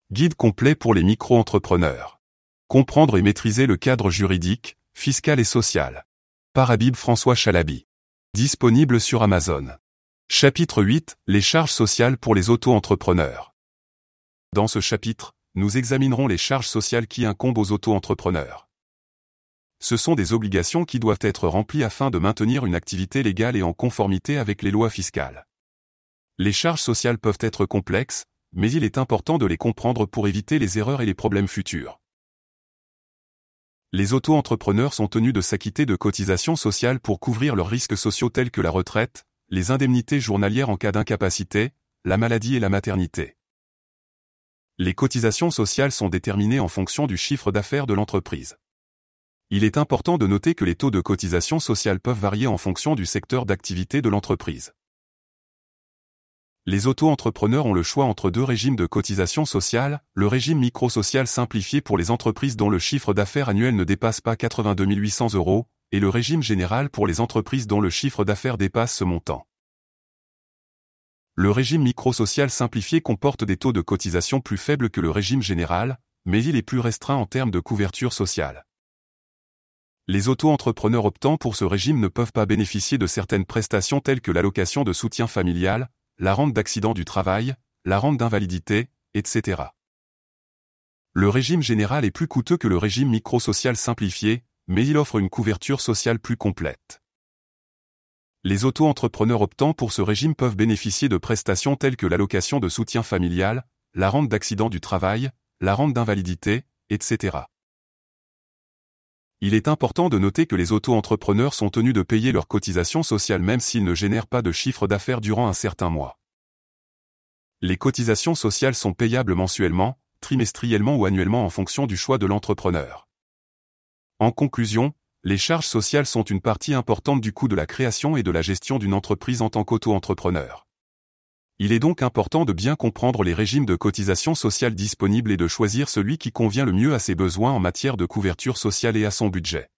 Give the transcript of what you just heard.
Guide complet pour les micro-entrepreneurs. Comprendre et maîtriser le cadre juridique, fiscal et social. Par Habib François Chalabi. Disponible sur Amazon. Chapitre 8. Les charges sociales pour les auto-entrepreneurs. Dans ce chapitre, nous examinerons les charges sociales qui incombent aux auto-entrepreneurs. Ce sont des obligations qui doivent être remplies afin de maintenir une activité légale et en conformité avec les lois fiscales. Les charges sociales peuvent être complexes, mais il est important de les comprendre pour éviter les erreurs et les problèmes futurs. Les auto-entrepreneurs sont tenus de s'acquitter de cotisations sociales pour couvrir leurs risques sociaux tels que la retraite, les indemnités journalières en cas d'incapacité, la maladie et la maternité. Les cotisations sociales sont déterminées en fonction du chiffre d'affaires de l'entreprise. Il est important de noter que les taux de cotisation sociale peuvent varier en fonction du secteur d'activité de l'entreprise. Les auto-entrepreneurs ont le choix entre deux régimes de cotisation sociale, le régime micro-social simplifié pour les entreprises dont le chiffre d'affaires annuel ne dépasse pas 82 800 €, et le régime général pour les entreprises dont le chiffre d'affaires dépasse ce montant. Le régime micro-social simplifié comporte des taux de cotisation plus faibles que le régime général, mais il est plus restreint en termes de couverture sociale. Les auto-entrepreneurs optant pour ce régime ne peuvent pas bénéficier de certaines prestations telles que l'allocation de soutien familial, la rente d'accident du travail, la rente d'invalidité, etc. Le régime général est plus coûteux que le régime micro-social simplifié, mais il offre une couverture sociale plus complète. Les auto-entrepreneurs optant pour ce régime peuvent bénéficier de prestations telles que l'allocation de soutien familial, la rente d'accident du travail, la rente d'invalidité, etc. Il est important de noter que les auto-entrepreneurs sont tenus de payer leurs cotisations sociales même s'ils ne génèrent pas de chiffre d'affaires durant un certain mois. Les cotisations sociales sont payables mensuellement, trimestriellement ou annuellement en fonction du choix de l'entrepreneur. En conclusion, les charges sociales sont une partie importante du coût de la création et de la gestion d'une entreprise en tant qu'auto-entrepreneur. Il est donc important de bien comprendre les régimes de cotisation sociale disponibles et de choisir celui qui convient le mieux à ses besoins en matière de couverture sociale et à son budget.